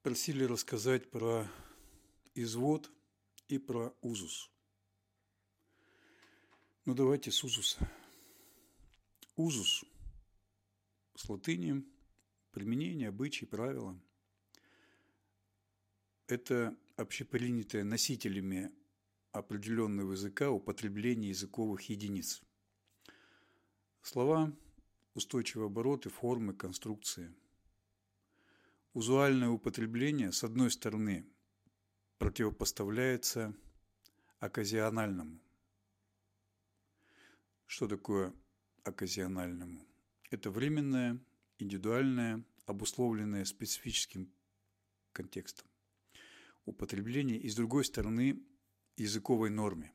Просили рассказать про извод и про узус. Ну, давайте с узуса. Узус с латыни, применение, обычаи, правила. Это общепринятое носителями определенного языка употребление языковых единиц. Слова, устойчивые обороты, формы, конструкции. Узуальное употребление, с одной стороны, противопоставляется оказиональному. Что такое оказиональному? Это временное, индивидуальное, обусловленное специфическим контекстом употребление и, с другой стороны, языковой норме.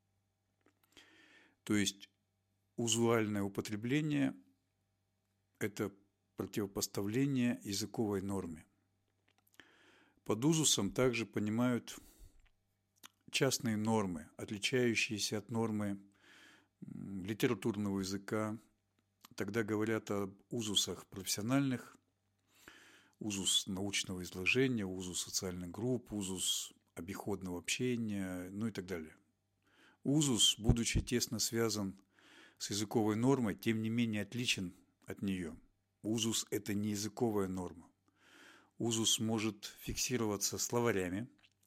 То есть узуальное употребление – это противопоставление языковой норме. Под узусом также понимают частные нормы, отличающиеся от нормы литературного языка. Тогда говорят об узусах профессиональных, узус научного изложения, узус социальных групп, узус обиходного общения, ну и так далее. Узус, будучи тесно связан с языковой нормой, тем не менее отличен от нее. Узус – это не языковая норма. Узус может фиксироваться словарями,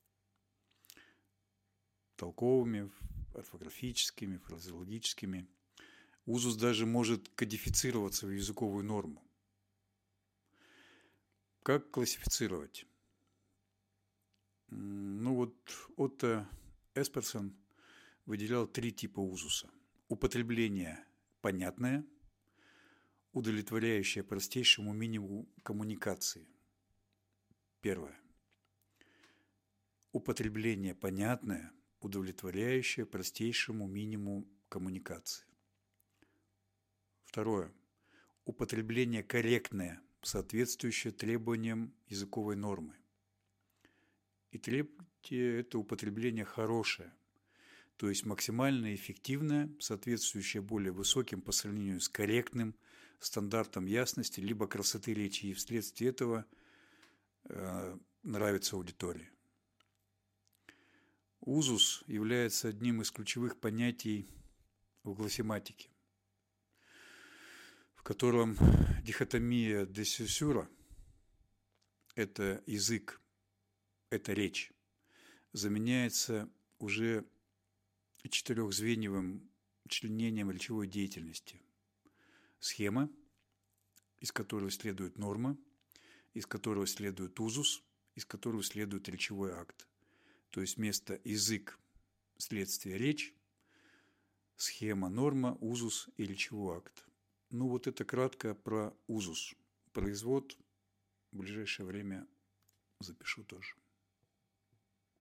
толковыми, орфографическими, фразеологическими. Узус даже может кодифицироваться в языковую норму. Как классифицировать? Ну вот Отто Эсперсон выделял 3 типа узуса. Употребление понятное, удовлетворяющее простейшему минимуму коммуникации. Первое. Употребление понятное, удовлетворяющее простейшему минимуму коммуникации. Второе. Употребление корректное, соответствующее требованиям языковой нормы. И третье – это употребление хорошее, то есть максимально эффективное, соответствующее более высоким по сравнению с корректным стандартам ясности либо красоты речи, и вследствие этого нравится аудитории. Узус является одним из ключевых понятий в глоссематике, в котором дихотомия де Сюсюра – это язык, это речь, заменяется уже 4-звеньевым членением речевой деятельности. Схема, из которой следует норма, из которого следует узус, из которого следует речевой акт. То есть вместо язык, следствие, речь, схема, норма, узус и речевой акт. Ну вот это кратко про узус. Про извод в ближайшее время запишу тоже.